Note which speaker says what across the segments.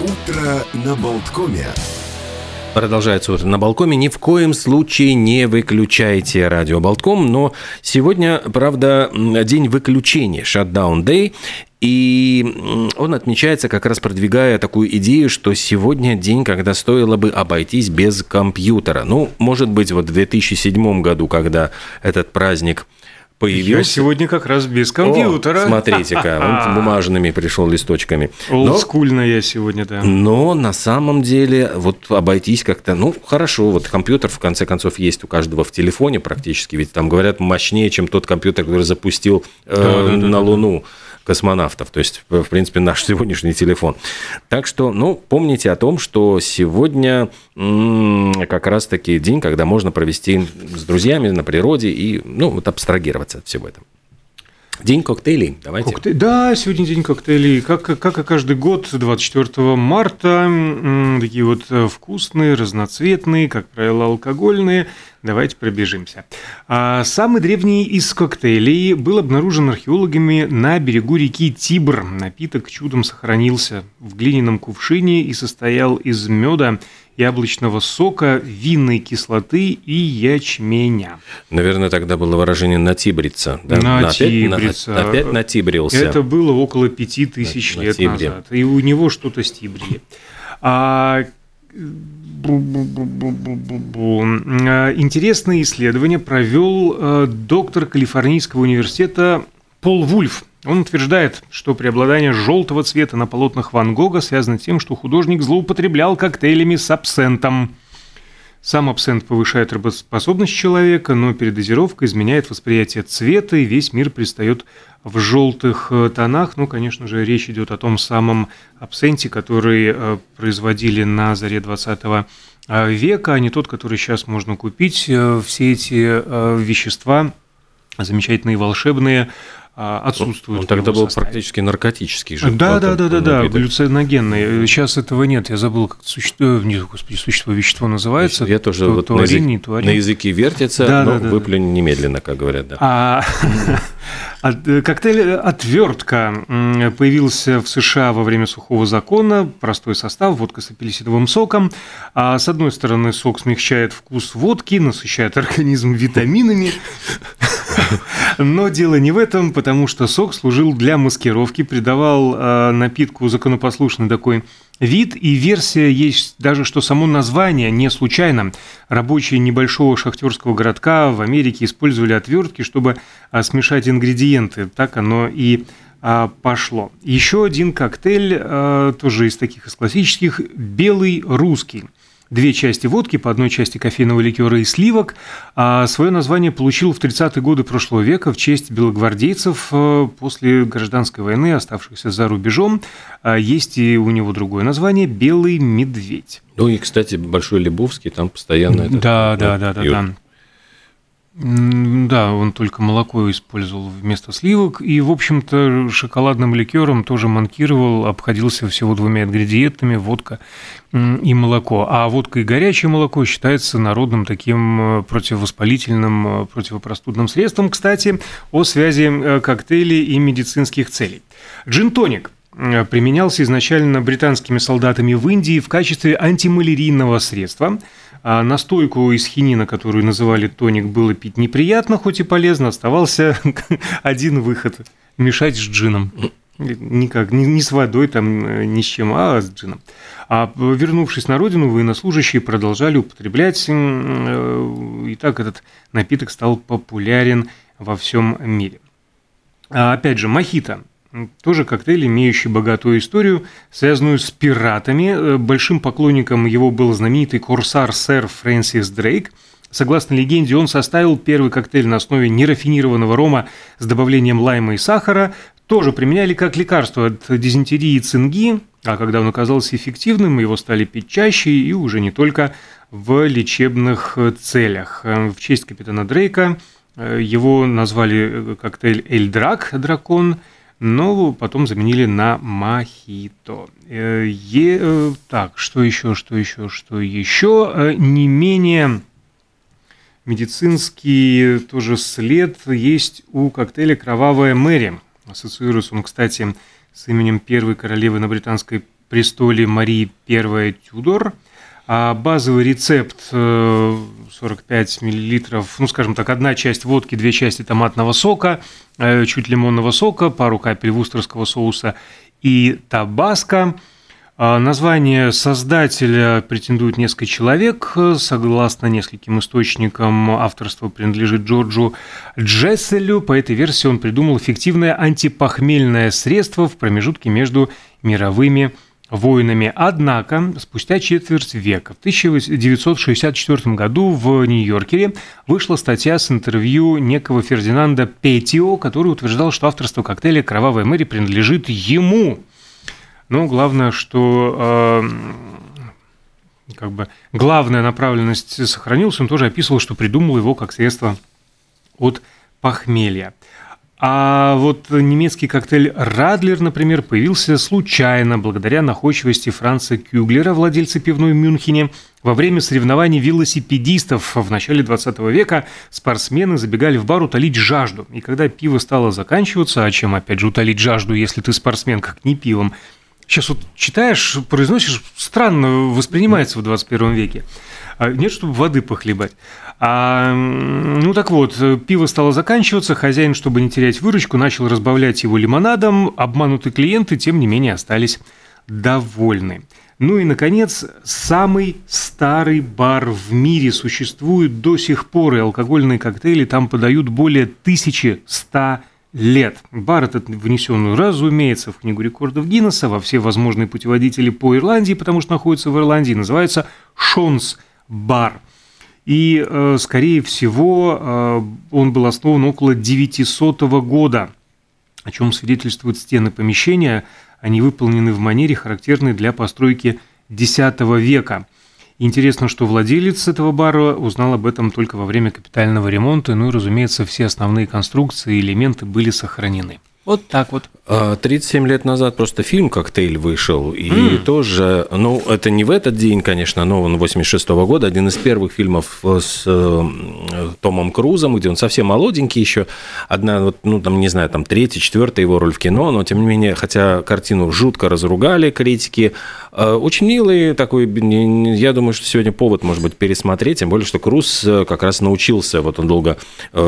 Speaker 1: Утро на Болткоме.
Speaker 2: Продолжается «Утро на Болткоме». Ни в коем случае не выключайте радио Болтком. Но сегодня, правда, день выключения, shutdown day. И он отмечается, как раз продвигая такую идею, что сегодня день, когда стоило бы обойтись без компьютера. Ну, может быть, вот в 2007 году, когда этот праздник появился.
Speaker 3: Я сегодня как раз без компьютера.
Speaker 2: Смотрите-ка, он бумажными пришел листочками.
Speaker 3: Олдскульно я сегодня, да.
Speaker 2: Но на самом деле вот обойтись как-то, ну, хорошо, вот компьютер, в конце концов, есть у каждого в телефоне практически, ведь там, говорят, мощнее, чем тот компьютер, который запустил на Луну космонавтов, то есть, в принципе, наш сегодняшний телефон. Так что, ну, помните о том, что сегодня как раз-таки день, когда можно провести с друзьями на природе и, ну, вот абстрагироваться от всего этого. День коктейлей, давайте.
Speaker 3: Да, сегодня день коктейлей. Как и каждый год, 24 марта, такие вот вкусные, разноцветные, как правило, алкогольные. Давайте пробежимся. Самый древний из коктейлей был обнаружен археологами на берегу реки Тибр. Напиток чудом сохранился в глиняном кувшине и состоял из меда, яблочного сока, винной кислоты и ячменя.
Speaker 2: Наверное, тогда было выражение «натибриться». Да?
Speaker 3: Натибриться.
Speaker 2: Опять натибрился.
Speaker 3: Это было около 5000 лет назад. И у него что-то стибрили. Интересное исследование провел доктор Калифорнийского университета Пол Вульф. Он утверждает, что преобладание желтого цвета на полотнах Ван Гога связано с тем, что художник злоупотреблял коктейлями с абсентом. Сам абсент повышает работоспособность человека, но передозировка изменяет восприятие цвета, и весь мир предстает в желтых тонах. Ну, конечно же, речь идет о том самом абсенте, который производили на заре 20 века, а не тот, который сейчас можно купить. Все эти вещества, замечательные, волшебные, отсутствуют.
Speaker 2: Он тогда был практически наркотический же.
Speaker 3: Да, галлюциногенный. Сейчас этого нет. Я забыл, как существо вещество называется.
Speaker 2: Я тоже вот на языке вертится, но выплюнь немедленно, как говорят. Да.
Speaker 3: Коктейль «Отвертка» появился в США во время сухого закона. Простой состав, водка с апельсиновым соком. С одной стороны, сок смягчает вкус водки, насыщает организм витаминами. Но дело не в этом, потому что сок служил для маскировки, придавал напитку законопослушный такой вид, и версия есть даже, что само название не случайно. Рабочие небольшого шахтерского городка в Америке использовали отвертки, чтобы смешать ингредиенты. Так оно и пошло. Еще один коктейль, тоже из таких из классических, «Белый русский». 2 части водки, по 1 части кофейного ликера и сливок. Свое название получил в 30-е годы прошлого века в честь белогвардейцев после гражданской войны, оставшихся за рубежом. Есть и у него другое название – «Белый медведь».
Speaker 2: Ну и, кстати, Большой Лебовский там постоянно это
Speaker 3: Да. Да, он только молоко использовал вместо сливок, и, в общем-то, шоколадным ликером тоже манкировал, обходился всего 2 ингредиентами – водка и молоко. А водка и горячее молоко считается народным таким противовоспалительным, противопростудным средством. Кстати, о связи коктейлей и медицинских целей. Джин-тоник применялся изначально британскими солдатами в Индии в качестве антималярийного средства. Настойку из хинина, которую называли тоник, было пить неприятно, хоть и полезно. Оставался один выход – мешать с джином. Никак, не с водой, там, ни с чем, а с джином. Вернувшись на родину, военнослужащие продолжали употреблять. И так этот напиток стал популярен во всем мире. Опять же, мохито. Тоже коктейль, имеющий богатую историю, связанную с пиратами. Большим поклонником его был знаменитый корсар сэр Фрэнсис Дрейк. Согласно легенде, он составил первый коктейль на основе нерафинированного рома с добавлением лайма и сахара. Тоже применяли как лекарство от дизентерии и цинги, а когда он оказался эффективным, его стали пить чаще и уже не только в лечебных целях. В честь капитана Дрейка его назвали коктейль «Эль-Драк» – «Дракон», но потом заменили на мохито. Так, что еще? Не менее медицинский тоже след есть у коктейля «Кровавая Мэри». Ассоциируется он, кстати, с именем первой королевы на британской престоле Марии I Тюдор. А базовый рецепт 45 мл, ну, скажем так, 1 часть водки, 2 части томатного сока, чуть лимонного сока, пару капель вустерского соуса и табаско. Название создателя претендует несколько человек. Согласно нескольким источникам, авторство принадлежит Джорджу Джесселю. По этой версии он придумал эффективное антипохмельное средство в промежутке между мировыми войнами. Однако, спустя четверть века, в 1964 году в Нью-Йоркере вышла статья с интервью некого Фердинанда Петтио, который утверждал, что авторство коктейля «Кровавая Мэри» принадлежит ему. Но главное, что главная направленность сохранилась. Он тоже описывал, что придумал его как средство от похмелья. А вот немецкий коктейль «Радлер», например, появился случайно, благодаря находчивости Франца Кюглера, владельца пивной в Мюнхене. Во время соревнований велосипедистов в начале 20 века спортсмены забегали в бар утолить жажду. И когда пиво стало заканчиваться, а чем, опять же, утолить жажду, если ты спортсмен, как не пивом? Сейчас вот читаешь, произносишь, странно воспринимается в 21 веке. Нет, чтобы воды похлебать. Ну так вот, пиво стало заканчиваться, хозяин, чтобы не терять выручку, начал разбавлять его лимонадом, обманутые клиенты, тем не менее, остались довольны. Ну и, наконец, самый старый бар в мире существует до сих пор, и алкогольные коктейли там подают более 1100 лет. Бар этот внесен, разумеется, в Книгу рекордов Гиннесса, во все возможные путеводители по Ирландии, потому что находится в Ирландии, называется Шонс бар. И, скорее всего, он был основан около 900 года, о чем свидетельствуют стены помещения. Они выполнены в манере, характерной для постройки X века. Интересно, что владелец этого бара узнал об этом только во время капитального ремонта, ну и, разумеется, все основные конструкции и элементы были сохранены. Вот так вот.
Speaker 2: 37 лет назад просто фильм «Коктейль» вышел, и тоже, ну, это не в этот день, конечно, но он 86-го года, один из первых фильмов с Томом Крузом, где он совсем молоденький еще, одна, вот, ну, там, не знаю, там, 3-я, 4-я его роль в кино, но, тем не менее, хотя картину жутко разругали критики, очень милый такой, я думаю, что сегодня повод, может быть, пересмотреть, тем более, что Круз как раз научился, вот он долго,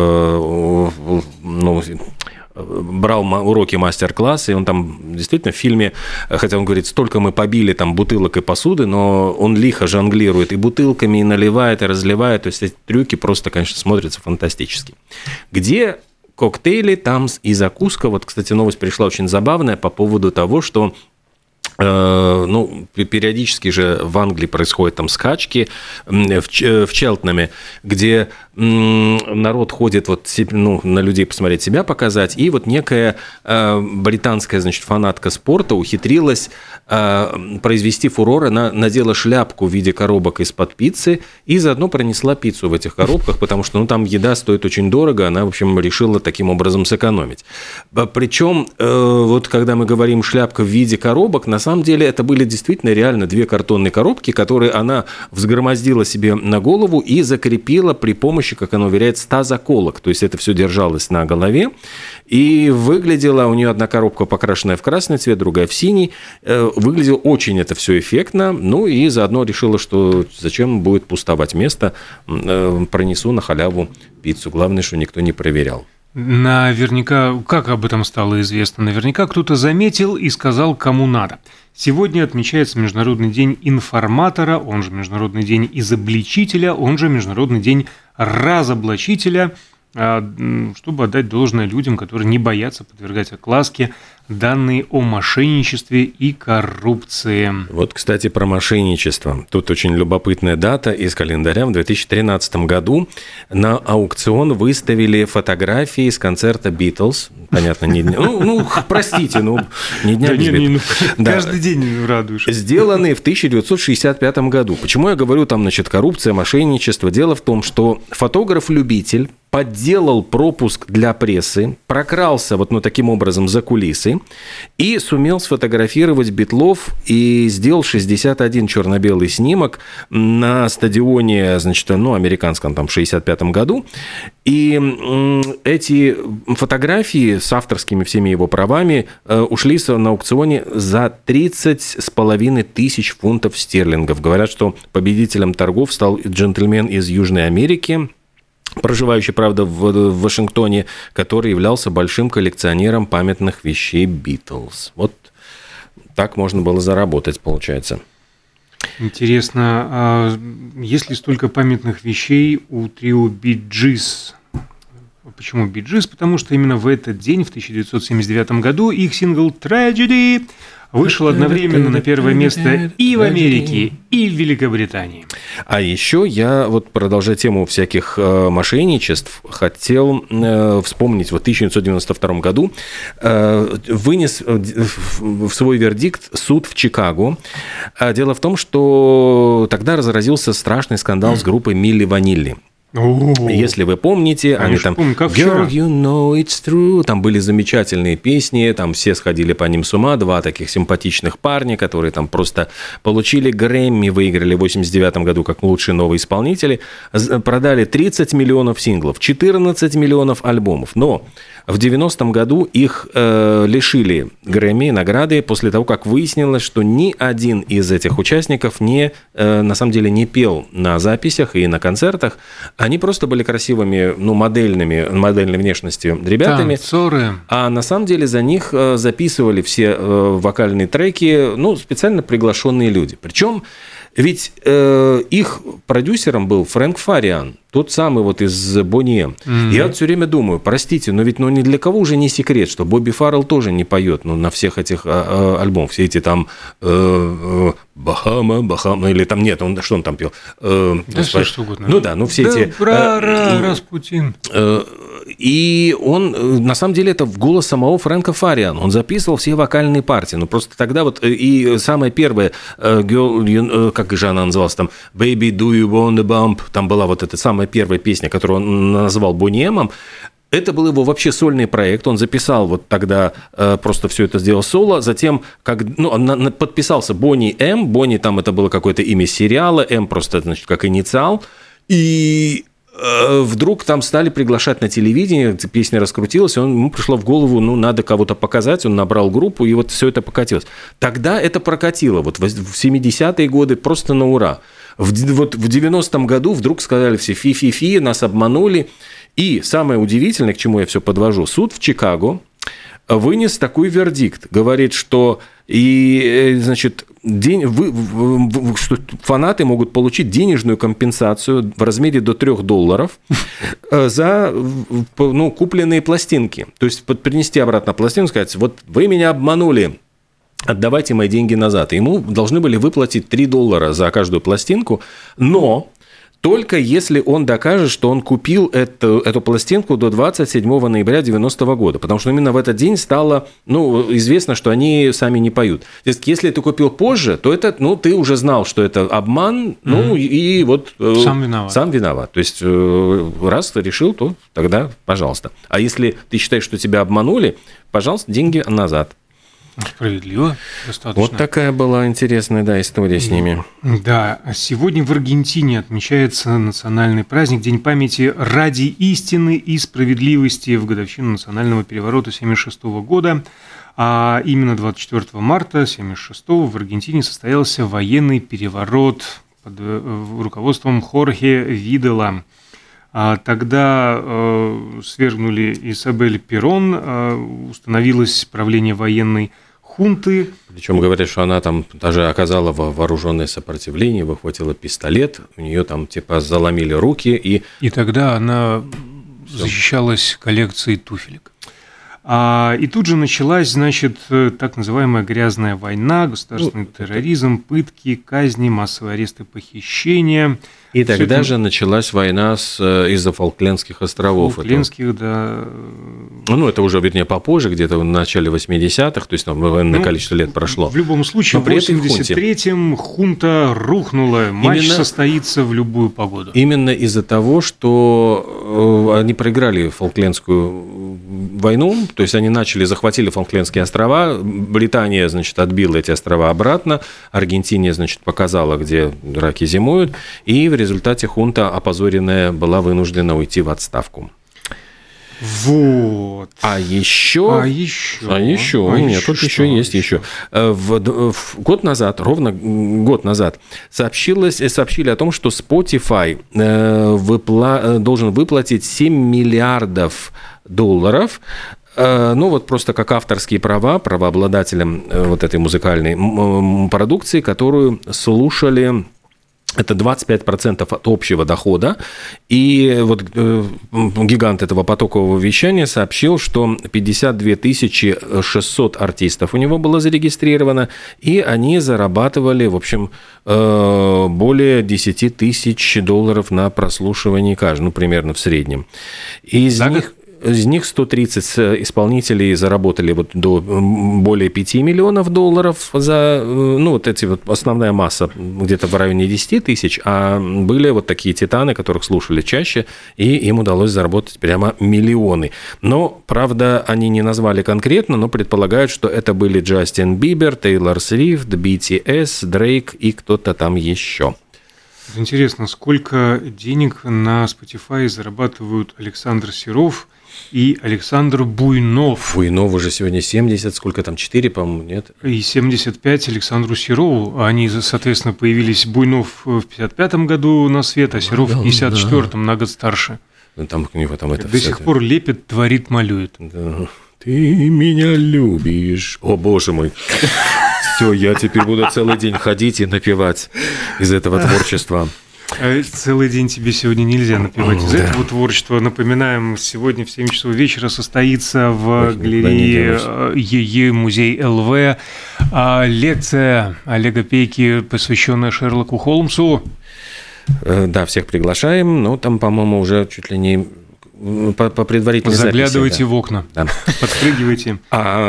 Speaker 2: брал уроки мастер-класса, и он там действительно в фильме, хотя он говорит, столько мы побили там бутылок и посуды, но он лихо жонглирует и бутылками, и наливает, и разливает, то есть эти трюки просто, конечно, смотрятся фантастически. Где коктейли, там и закуска. Вот, кстати, новость пришла очень забавная по поводу того, что периодически же в Англии происходят там скачки в Челтнаме, где народ ходит на людей посмотреть, себя показать, и вот некая британская, фанатка спорта ухитрилась произвести фурор, она надела шляпку в виде коробок из-под пиццы и заодно пронесла пиццу в этих коробках, потому что там еда стоит очень дорого, она, в общем, решила таким образом сэкономить. Причем, вот когда мы говорим шляпка в виде коробок, на самом деле это были действительно реально 2 картонные коробки, которые она взгромоздила себе на голову и закрепила при помощи, как она уверяет, 100 заколок. То есть это все держалось на голове. И выглядела у нее одна коробка покрашенная в красный цвет, другая в синий. Выглядело очень это все эффектно. Ну и заодно решила, что зачем будет пустовать место, пронесу на халяву пиццу. Главное, что никто не проверял.
Speaker 3: Наверняка, как об этом стало известно, наверняка кто-то заметил и сказал, кому надо. Сегодня отмечается Международный день информатора, он же Международный день изобличителя, он же Международный день разоблачителя, чтобы отдать должное людям, которые не боятся подвергать огласке данные о мошенничестве и коррупции.
Speaker 2: Вот, кстати, про мошенничество. Тут очень любопытная дата из календаря. В 2013 году на аукцион выставили фотографии с концерта «Битлз». Понятно, простите, не дня без «Битлз».
Speaker 3: Каждый день радуешься.
Speaker 2: Сделанные в 1965 году. Почему я говорю там, коррупция, мошенничество? Дело в том, что фотограф-любитель подделал пропуск для прессы, прокрался вот таким образом за кулисы и сумел сфотографировать Битлов и сделал 61 черно-белый снимок на стадионе, значит, американском там в 65 году. И эти фотографии с авторскими всеми его правами ушли на аукционе за 30,5 тысяч фунтов стерлингов. Говорят, что победителем торгов стал джентльмен из Южной Америки, проживающий, правда, в Вашингтоне, который являлся большим коллекционером памятных вещей Битлз. Вот так можно было заработать, получается.
Speaker 3: Интересно, а есть ли столько памятных вещей у трио Bee Gees? Почему Bee Gees? Потому что именно в этот день, в 1979 году, их сингл «Tragedy» вышел одновременно на первое место и в Америке, и в Великобритании.
Speaker 2: А еще я, продолжая тему всяких мошенничеств, хотел вспомнить, в 1992 году вынес в свой вердикт суд в Чикаго. Дело в том, что тогда разразился страшный скандал с группой Милли Ванилли. Если вы помните, они там «Girl, you know it's true», там были замечательные песни, там все сходили по ним с ума, два таких симпатичных парня, которые там просто получили Грэмми, выиграли в 1989 году как лучшие новые исполнители, продали 30 миллионов синглов, 14 миллионов альбомов, но в 90-м году их лишили Грэмми, награды, после того, как выяснилось, что ни один из этих участников на самом деле не пел на записях и на концертах. Они просто были красивыми, модельной внешности ребятами.
Speaker 3: Танцоры.
Speaker 2: А на самом деле за них записывали все вокальные треки, специально приглашенные люди. Причем ведь их продюсером был Фрэнк Фариан, тот самый из Boney M. Mm-hmm. Я все время думаю, простите, но ведь ни для кого уже не секрет, что Бобби Фаррелл тоже не поет на всех этих альбомах. Все эти там Бахама, или там нет, что он там пел?
Speaker 3: Да все что угодно.
Speaker 2: Все эти...
Speaker 3: Распутин.
Speaker 2: И он, на самом деле, это в голос самого Фрэнка Фариана. Он записывал все вокальные партии. Просто тогда и самая первая, как же она называлась, там, «Baby, do you want a bump», там была эта самая первая песня, которую он назвал Boney M. Это был его вообще сольный проект. Он записал тогда, просто все это сделал соло. Затем, подписался Boney M. Boney, там это было какое-то имя сериала. M просто, значит, как инициал. И вдруг там стали приглашать на телевидение, песня раскрутилась, и ему пришло в голову, надо кого-то показать, он набрал группу, и все это покатилось. Тогда это прокатило, в 70-е годы просто на ура. В 90-м году вдруг сказали все фи-фи-фи, нас обманули. И самое удивительное, к чему я все подвожу, суд в Чикаго вынес такой вердикт, говорит, что что фанаты могут получить денежную компенсацию в размере до $3 за купленные пластинки. То есть принести обратно пластинку, сказать, вы меня обманули, отдавайте мои деньги назад. Ему должны были выплатить $3 за каждую пластинку, но только если он докажет, что он купил эту пластинку до 27 ноября 1990 года. Потому что именно в этот день стало известно, что они сами не поют. То есть, если ты купил позже, то это, ты уже знал, что это обман, и сам виноват. То есть, раз ты решил, то тогда пожалуйста. А если ты считаешь, что тебя обманули, пожалуйста, деньги назад.
Speaker 3: Справедливо, достаточно.
Speaker 2: Вот такая была интересная, история с ними.
Speaker 3: Да, сегодня в Аргентине отмечается национальный праздник, День памяти ради истины и справедливости в годовщину национального переворота 1976 года. А именно 24 марта 1976 в Аргентине состоялся военный переворот под руководством Хорхе Видала. Тогда свергнули Исабель Перон, установилось правление военной хунты.
Speaker 2: Причем говорят, что она там даже оказала вооруженное сопротивление, выхватила пистолет, у нее там заломили руки. И
Speaker 3: тогда она защищалась коллекцией туфелек. И тут же началась, значит, так называемая грязная война, государственный терроризм, пытки, казни, массовые аресты, похищения.
Speaker 2: И тогда же началась война из-за Фолклендских островов.
Speaker 3: Фолклендских, да.
Speaker 2: Ну, это уже, вернее, попозже, где-то в начале 80-х, то есть там военное количество лет прошло.
Speaker 3: В любом случае, в 83-м хунта рухнула, матч состоится в любую погоду.
Speaker 2: Именно из-за того, что они проиграли Фолклендскую войну, то есть они захватили Фолклендские острова, Британия, значит, отбила эти острова обратно, Аргентина, значит, показала, где раки зимуют, и в результате хунта, опозоренная, была вынуждена уйти в отставку.
Speaker 3: Вот.
Speaker 2: Тут еще есть. Год назад, ровно год назад, сообщили о том, что Spotify должен выплатить $7 миллиардов, ну, вот просто как авторские права правообладателям вот этой музыкальной продукции, которую слушали. Это 25% от общего дохода. И вот гигант этого потокового вещания сообщил, что 52 600 артистов у него было зарегистрировано, и они зарабатывали, в общем, более $10 тысяч на прослушивании каждый, ну, примерно в среднем. Из них 130 исполнителей заработали вот до более $5 миллионов за, ну, вот эти вот основная масса где-то в районе 10 тысяч, а были вот такие титаны, которых слушали чаще, и им удалось заработать прямо миллионы. Но, правда, они не назвали конкретно, но предполагают, что это были Джастин Бибер, Тейлор Свифт, BTS, Дрейк и кто-то там еще.
Speaker 3: Интересно, сколько денег на Spotify зарабатывают Александр Серов и Александр Буйнов?
Speaker 2: Буйнову же сегодня 70, сколько там, 4, по-моему, нет?
Speaker 3: И 75 Александру Серову. Они, соответственно, появились, Буйнов в 55-м году на свет, а Серов в 54-м, на год старше.
Speaker 2: Там у него там это
Speaker 3: до сих пор лепит, творит, малюет.
Speaker 2: Да. Ты меня любишь. О, боже мой. Все, я теперь буду целый день ходить и напевать из этого творчества.
Speaker 3: Целый день тебе сегодня нельзя напевать из этого творчества. Напоминаем, сегодня в 7 часов вечера состоится в галерее ЕЕ музей ЛВ лекция Олега Пейки, посвященная Шерлоку Холмсу.
Speaker 2: Да, всех приглашаем, но там, по-моему, уже чуть ли не по предварительной
Speaker 3: заглядывайте
Speaker 2: записи,
Speaker 3: в окна, да. Подпрыгивайте.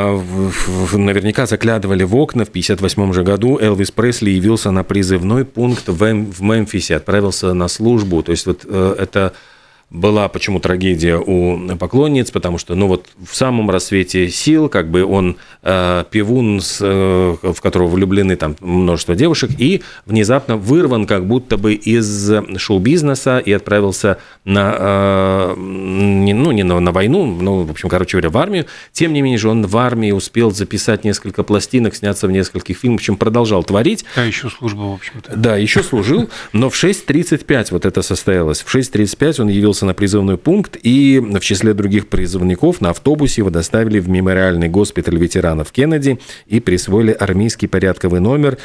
Speaker 2: Наверняка заглядывали в окна. В 1958 же году Элвис Пресли явился на призывной пункт в Мемфисе, отправился на службу. То есть вот это была почему трагедия у поклонниц, потому что, ну вот, в самом рассвете сил, как бы он певун, в которого влюблены там множество девушек, и внезапно вырван как будто бы из шоу-бизнеса и отправился на войну, ну, в общем, короче говоря, в армию. Тем не менее же он в армии успел записать несколько пластинок, сняться в нескольких фильмах, в общем, продолжал творить.
Speaker 3: Да, еще служба, в общем-то.
Speaker 2: Да, еще служил, но в 6:35 вот это состоялось. В 6:35 он явился на призывной пункт, и в числе других призывников на автобусе его доставили в мемориальный госпиталь ветеранов Кеннеди и присвоили армейский порядковый номер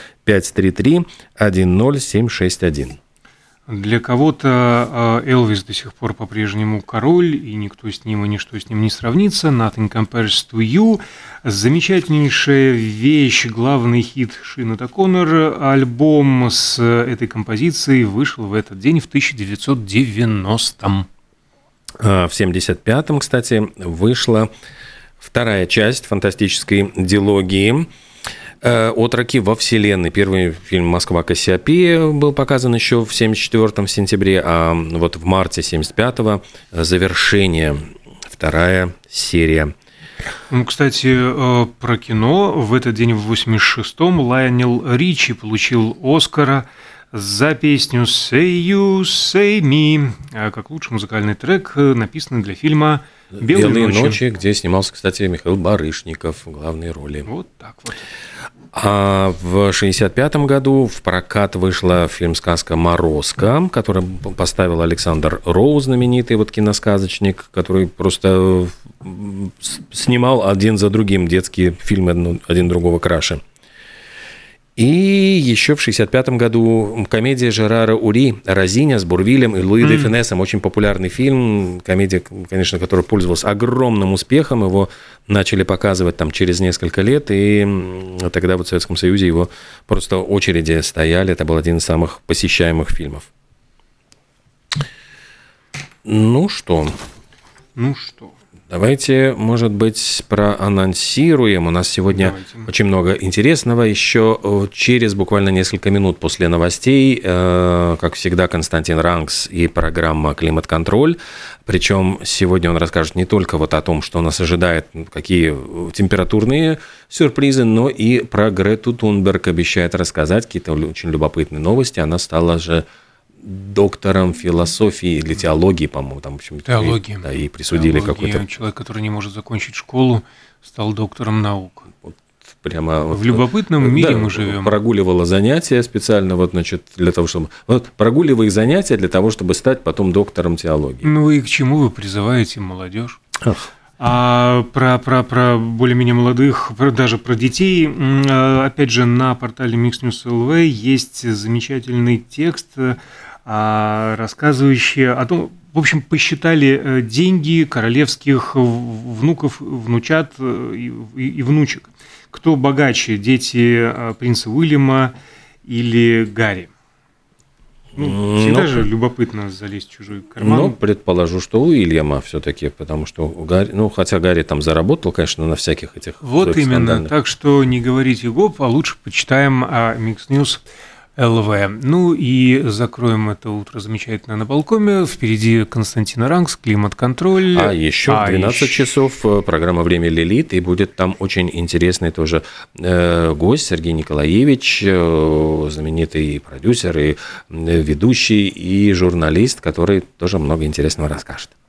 Speaker 2: 533-10761.
Speaker 3: Для кого-то Элвис до сих пор по-прежнему король, и никто с ним и ничто с ним не сравнится. Nothing Compares to You. Замечательнейшая вещь, главный хит Шината Коннор. Альбом с этой композицией вышел в этот день в 1990-м.
Speaker 2: В 1975-м, кстати, вышла вторая часть фантастической дилогии «Отроки во Вселенной». Первый фильм «Москва. Кассиопея» был показан еще в 1974 сентябре, а вот в марте 1975-го завершение, вторая серия.
Speaker 3: Ну, кстати, про кино. В этот день, в 1986-м, Лайонел Ричи получил «Оскара» за песню «Say You, Say Me», как лучший музыкальный трек, написанный для фильма «Белые ночи»,
Speaker 2: где снимался, кстати, Михаил Барышников в главной роли.
Speaker 3: Вот так вот.
Speaker 2: А в 1965 году в прокат вышла фильм-сказка «Морозко», которую поставил Александр Роу, знаменитый вот киносказочник, который просто снимал один за другим детские фильмы один другого краше. И еще в 1965 году комедия Жерара Ури «Розиня» с Бурвилем и Луи де Фюнесом. Очень популярный фильм. Комедия, конечно, который пользовался огромным успехом. Его начали показывать там через несколько лет. И тогда вот в Советском Союзе его просто очереди стояли. Это был один из самых посещаемых фильмов. Ну что? Давайте, может быть, проанонсируем. У нас сегодня очень много интересного. Еще через буквально несколько минут после новостей, как всегда, Константин Рангс и программа «Климат-контроль». Причем сегодня он расскажет не только вот о том, что нас ожидает, какие температурные сюрпризы, но и про Грету Тунберг обещает рассказать какие-то очень любопытные новости. Она стала же доктором философии или теологии, по-моему, там, в общем,
Speaker 3: теологии.
Speaker 2: Да, и присудили какой-то...
Speaker 3: Человек, который не может закончить школу, стал доктором наук.
Speaker 2: Вот прямо
Speaker 3: в любопытном мире мы живем.
Speaker 2: Прогуливала занятия специально, вот, значит, для того, чтобы... Вот, прогуливая даже для того, чтобы стать потом доктором теологии.
Speaker 3: Ну и к чему вы призываете молодежь? А про более-менее молодых, даже про детей, опять же, на портале Mix News LV есть замечательный текст, рассказывающий о том, в общем, посчитали деньги королевских внуков, внучат и внучек. Кто богаче, дети принца Уильяма или Гарри? Всегда же любопытно залезть в чужой карман.
Speaker 2: Ну, предположу, что Уильяма все-таки, потому что Гарри, хотя Гарри там заработал, конечно, на всяких этих...
Speaker 3: Вот именно, скандальных. Так что не говорите гоп, а лучше почитаем Mix News LV. Ну и закроем это утро замечательно на Болткоме. Впереди Константин Рангс, «Климат-контроль».
Speaker 2: А еще в 12 часов программа «Время Лилит», и будет там очень интересный тоже гость Сергей Николаевич, знаменитый продюсер и ведущий, и журналист, который тоже много интересного расскажет.